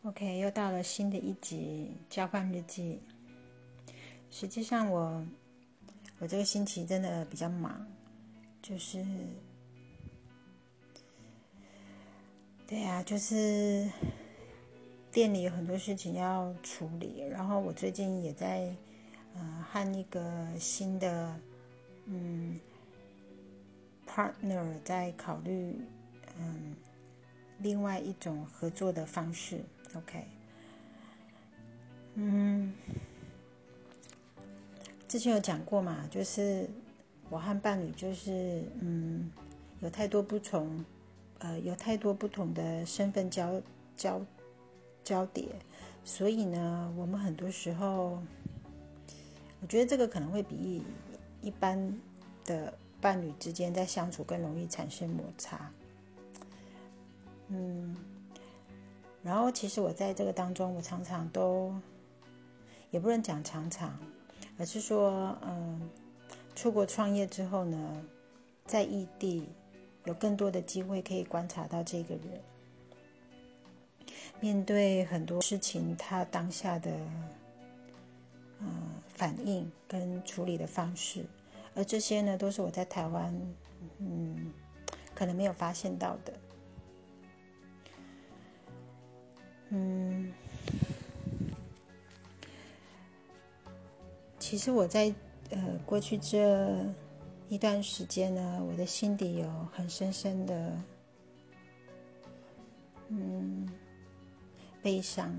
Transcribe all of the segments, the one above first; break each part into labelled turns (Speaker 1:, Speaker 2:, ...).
Speaker 1: OK，又到了新的一集交换日记。实际上我这个星期真的比较忙，就是就是店里有很多事情要处理，然后我最近也在和一个新的partner 在考虑另外一种合作的方式。OK，之前有讲过嘛，就是我和伴侣就是有太多不同的身份交叠，所以呢，我们很多时候，我觉得这个可能会比一般的伴侣之间在相处更容易产生摩擦。然后其实我在这个当中，我常常都也不能讲常常，而是说出国创业之后呢，在异地有更多的机会可以观察到这个人面对很多事情他当下的反应跟处理的方式，而这些呢都是我在台湾可能没有发现到的。其实我在过去这一段时间呢，我的心底有很深深的悲伤。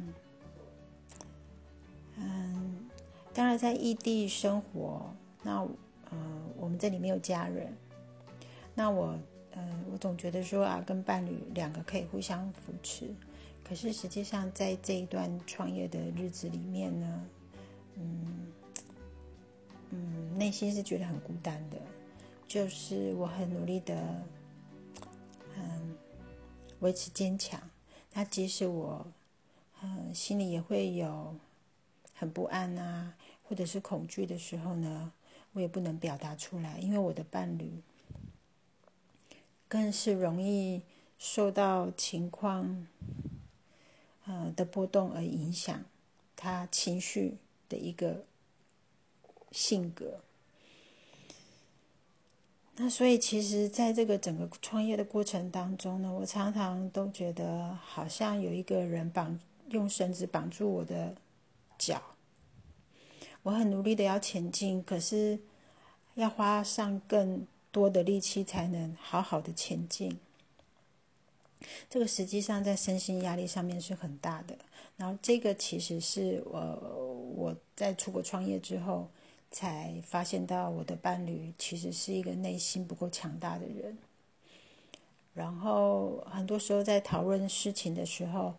Speaker 1: 当然在异地生活，那我们这里没有家人，那我总觉得说跟伴侣两个可以互相扶持，可是实际上在这一段创业的日子里面呢，内心是觉得很孤单的，就是我很努力的维持坚强，那即使我心里也会有很不安啊，或者是恐惧的时候呢，我也不能表达出来，因为我的伴侣更是容易受到情况的波动而影响他情绪的一个性格。那所以其实在这个整个创业的过程当中呢，我常常都觉得好像有一个人用绳子绑住我的脚，我很努力的要前进，可是要花上更多的力气才能好好的前进。这个实际上在身心压力上面是很大的。然后这个其实是我在出国创业之后才发现到，我的伴侣其实是一个内心不够强大的人。然后很多时候在讨论事情的时候，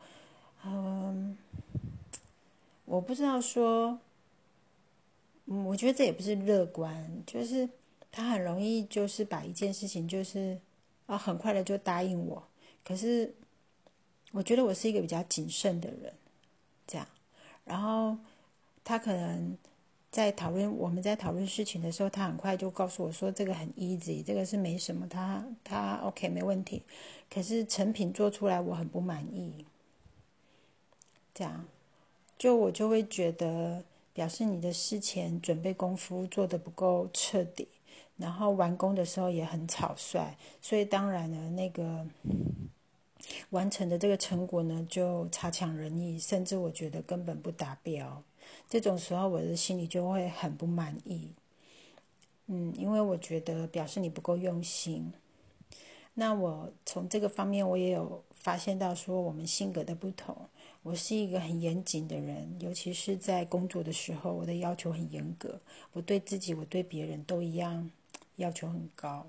Speaker 1: 我不知道说，我觉得这也不是乐观，就是他很容易就是把一件事情就是很快的就答应我，可是我觉得我是一个比较谨慎的人，这样，然后他可能我们在讨论事情的时候，他很快就告诉我说这个很 easy， 这个是没什么，他 OK 没问题，可是成品做出来我很不满意，这样，我就会觉得表示你的事前准备功夫做得不够彻底，然后完工的时候也很草率，所以当然了，那个完成的这个成果呢就差强人意，甚至我觉得根本不达标。这种时候我的心里就会很不满意，因为我觉得表示你不够用心。那我从这个方面我也有发现到说我们性格的不同，我是一个很严谨的人，尤其是在工作的时候，我的要求很严格，我对自己我对别人都一样要求很高。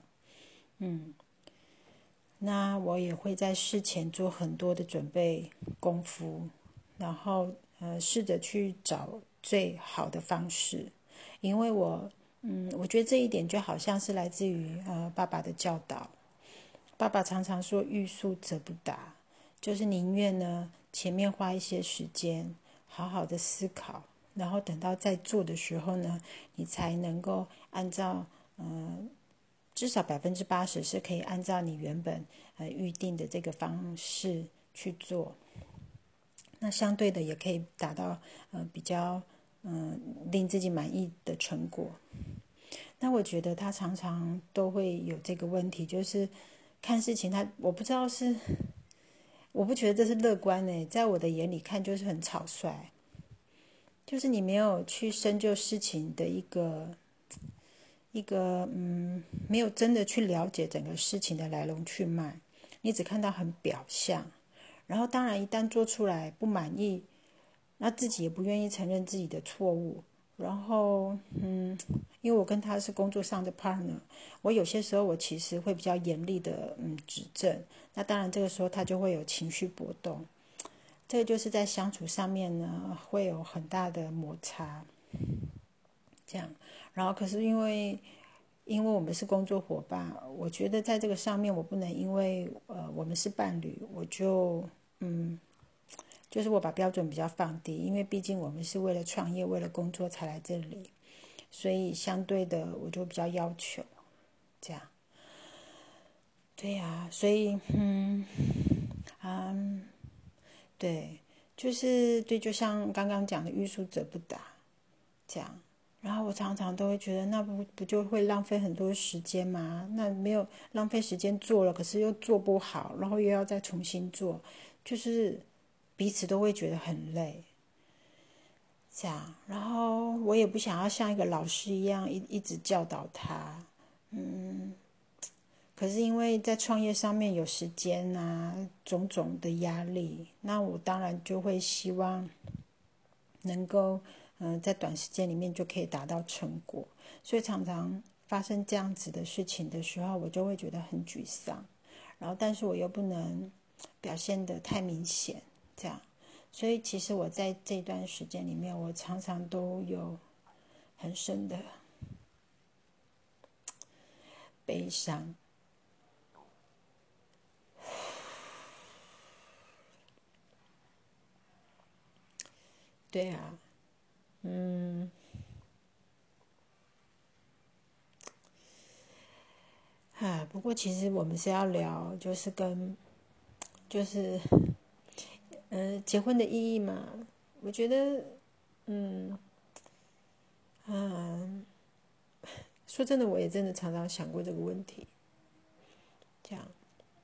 Speaker 1: 那我也会在事前做很多的准备功夫，然后试着去找最好的方式，因为我觉得这一点就好像是来自于爸爸的教导。爸爸常常说欲速则不达，就是宁愿呢前面花一些时间好好的思考，然后等到再做的时候呢，你才能够按照至少80%是可以按照你原本预定的这个方式去做。 那相对的也可以达到比较令自己满意的成果。那我觉得他常常都会有这个问题，就是看事情我不知道我不觉得这是乐观耶，在我的眼里看就是很草率，就是你没有去深究事情的一个没有真的去了解整个事情的来龙去脉，你只看到很表象，然后当然一旦做出来不满意，那自己也不愿意承认自己的错误，然后因为我跟他是工作上的 partner， 我有些时候我其实会比较严厉的指正，那当然这个时候他就会有情绪波动，这个就是在相处上面呢会有很大的摩擦，这样，然后可是因为我们是工作伙伴，我觉得在这个上面我不能因为我们是伴侣，我就就是我把标准比较放低，因为毕竟我们是为了创业为了工作才来这里，所以相对的我就比较要求这样。对呀，所以对，就是对，就像刚刚讲的欲速则不达这样。然后我常常都会觉得，那不就会浪费很多时间吗？那没有浪费时间做了，可是又做不好，然后又要再重新做，就是彼此都会觉得很累。这样，然后我也不想要像一个老师一样一直教导他，可是因为在创业上面有时间啊，种种的压力，那我当然就会希望能够在短时间里面就可以达到成果，所以常常发生这样子的事情的时候，我就会觉得很沮丧，然后但是我又不能表现得太明显，这样，所以其实我在这段时间里面，我常常都有很深的悲伤。对啊，不过其实我们是要聊，就是结婚的意义嘛。我觉得，说真的，我也真的常常想过这个问题。这样，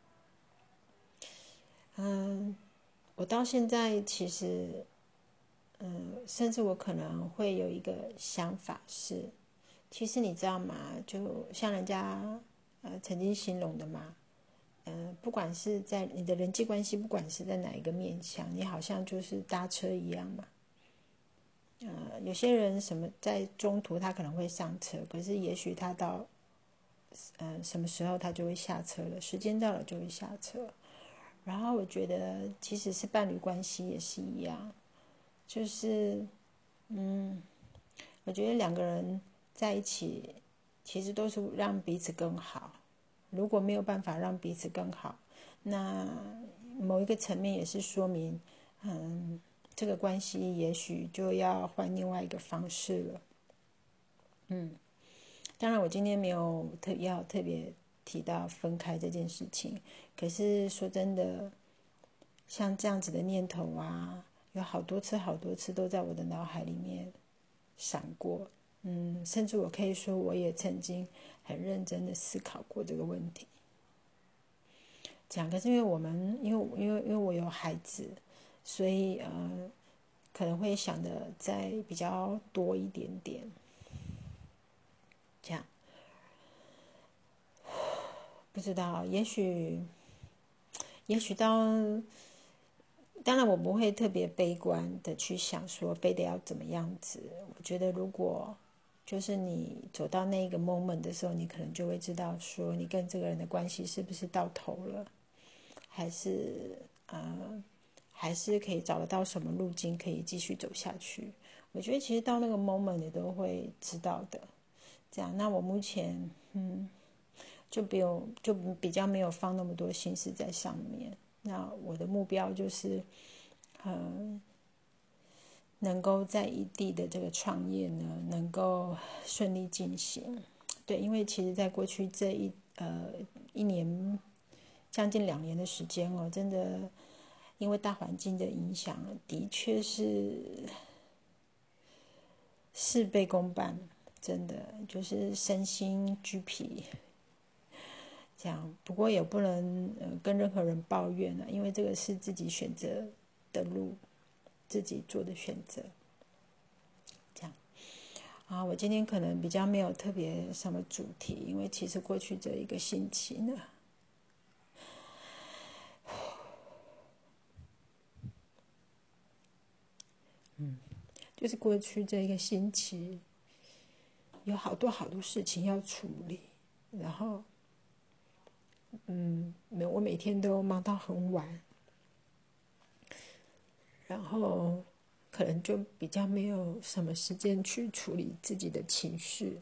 Speaker 1: 我到现在其实，甚至我可能会有一个想法是，其实你知道吗？就像人家曾经形容的嘛，不管是在你的人际关系，不管是在哪一个面向，你好像就是搭车一样嘛。有些人在中途他可能会上车，可是也许他到什么时候他就会下车了，时间到了就会下车。然后我觉得即使是伴侣关系也是一样，就是我觉得两个人在一起其实都是让彼此更好，如果没有办法让彼此更好，那某一个层面也是说明这个关系也许就要换另外一个方式了。当然我今天没有要特别提到分开这件事情，可是说真的，像这样子的念头啊，有好多次都在我的脑海里面闪过。甚至我可以说我也曾经很认真的思考过这个问题。可是因为我有孩子，所以可能会想的再比较多一点点。这样，不知道，也许当然我不会特别悲观的去想说非得要怎么样子。我觉得如果就是你走到那个 moment 的时候，你可能就会知道说你跟这个人的关系是不是到头了，还是可以找得到什么路径可以继续走下去。我觉得其实到那个 moment 你都会知道的。这样，那我目前就比较没有放那么多心思在上面。那我的目标就是能够在异地的这个创业呢，能够顺利进行。对，因为其实在过去这一年将近2年的时间真的因为大环境的影响，的确是事倍功半，真的就是身心俱疲。这样，不过也不能跟任何人抱怨了，因为这个是自己选择的路，自己做的选择。这样啊，我今天可能比较没有特别什么主题，因为其实过去这一个星期呢，就是过去这一个星期有好多事情要处理，然后我每天都忙到很晚，然后可能就比较没有什么时间去处理自己的情绪。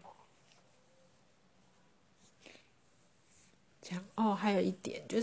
Speaker 1: 这样哦，还有一点就是，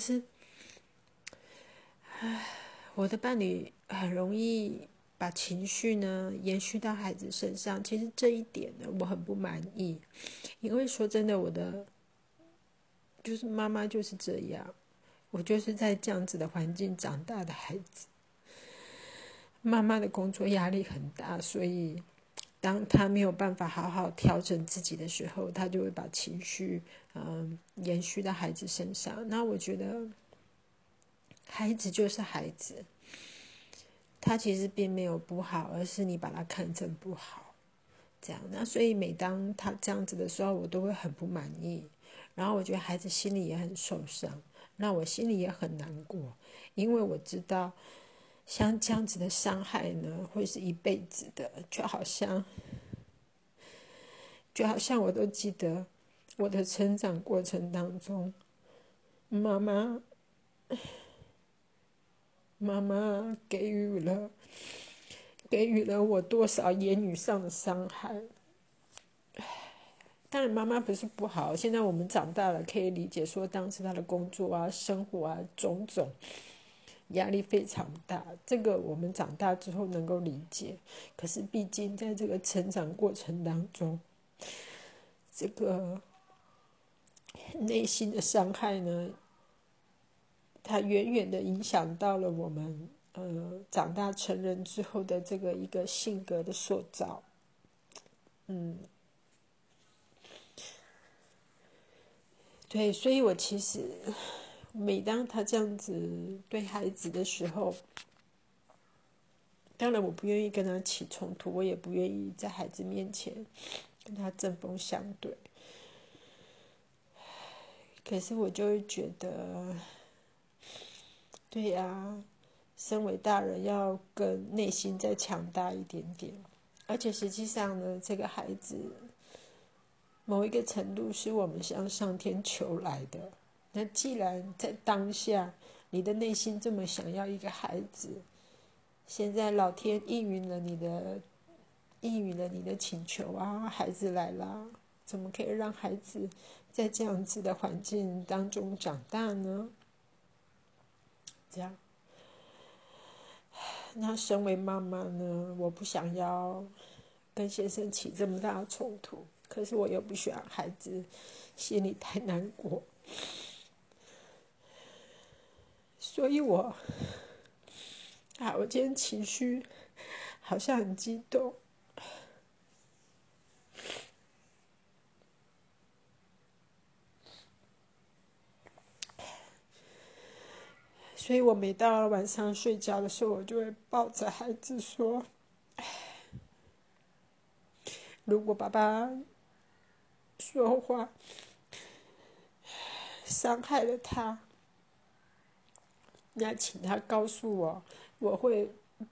Speaker 1: 我的伴侣很容易把情绪呢延续到孩子身上。其实这一点呢，我很不满意，因为说真的，我的就是妈妈就是这样，我就是在这样子的环境长大的孩子。妈妈的工作压力很大，所以当她没有办法好好调整自己的时候，她就会把情绪延续到孩子身上。那我觉得孩子就是孩子，他其实并没有不好，而是你把他看成不好。这样，那所以每当他这样子的时候，我都会很不满意，然后我觉得孩子心里也很受伤，那我心里也很难过，因为我知道像这样子的伤害呢，会是一辈子的，就好像我都记得我的成长过程当中，妈妈给予了我多少言语上的伤害。当然妈妈不是不好，现在我们长大了可以理解说当时她的工作啊生活啊种种压力非常大，这个我们长大之后能够理解。可是毕竟在这个成长过程当中，这个内心的伤害呢，它远远的影响到了我们长大成人之后的这个一个性格的塑造。对，所以我其实每当他这样子对孩子的时候，当然我不愿意跟他起冲突，我也不愿意在孩子面前跟他针锋相对。可是我就会觉得，对呀，身为大人要更内心再强大一点点。而且实际上呢，这个孩子某一个程度是我们向上天求来的。那既然在当下你的内心这么想要一个孩子，现在老天应允了你的请求啊，孩子来啦，怎么可以让孩子在这样子的环境当中长大呢？这样，那身为妈妈呢，我不想要跟先生起这么大的冲突，可是我又不希望孩子心里太难过，所以我今天情绪好像很激动。所以我每到晚上睡觉的时候，我就会抱着孩子说，如果爸爸说话伤害了他，那请他告诉我，我会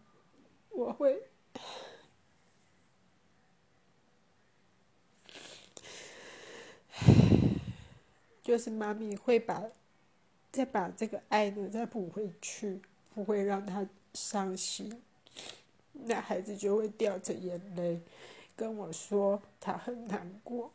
Speaker 1: 就是妈咪会再把这个爱呢再补回去，不会让他伤心。那孩子就会掉着眼泪跟我说他很难过。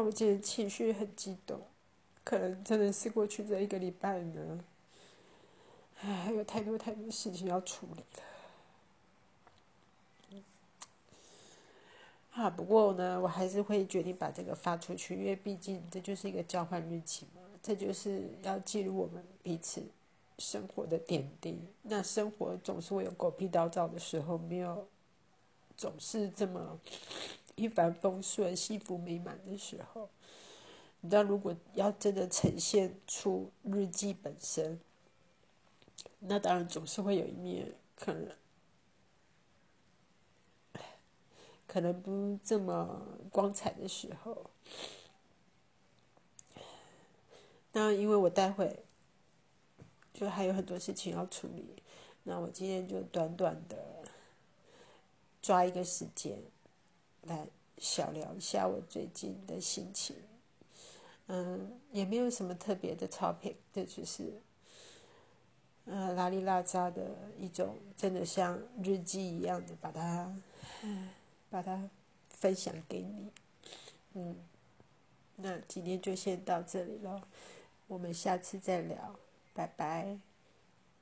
Speaker 2: 我今天情绪很激动，可能真的是过去这1个礼拜呢，还有太多事情要处理了。不过呢，我还是会决定把这个发出去，因为毕竟这就是一个交换日记嘛，这就是要记录我们彼此生活的点滴。那生活总是会有狗屁倒灶的时候，没有总是这么一帆风顺、幸福美满的时候。你知道，如果要真的呈现出日记本身，那当然总是会有一面可能不这么光彩的时候。那因为我待会就还有很多事情要处理，那我今天就短短的抓一个时间来小聊一下我最近的心情。也没有什么特别的 topic， 这只是拉里拉扎的一种，真的像日记一样的把它分享给你。那今天就先到这里了，我们下次再聊，拜拜。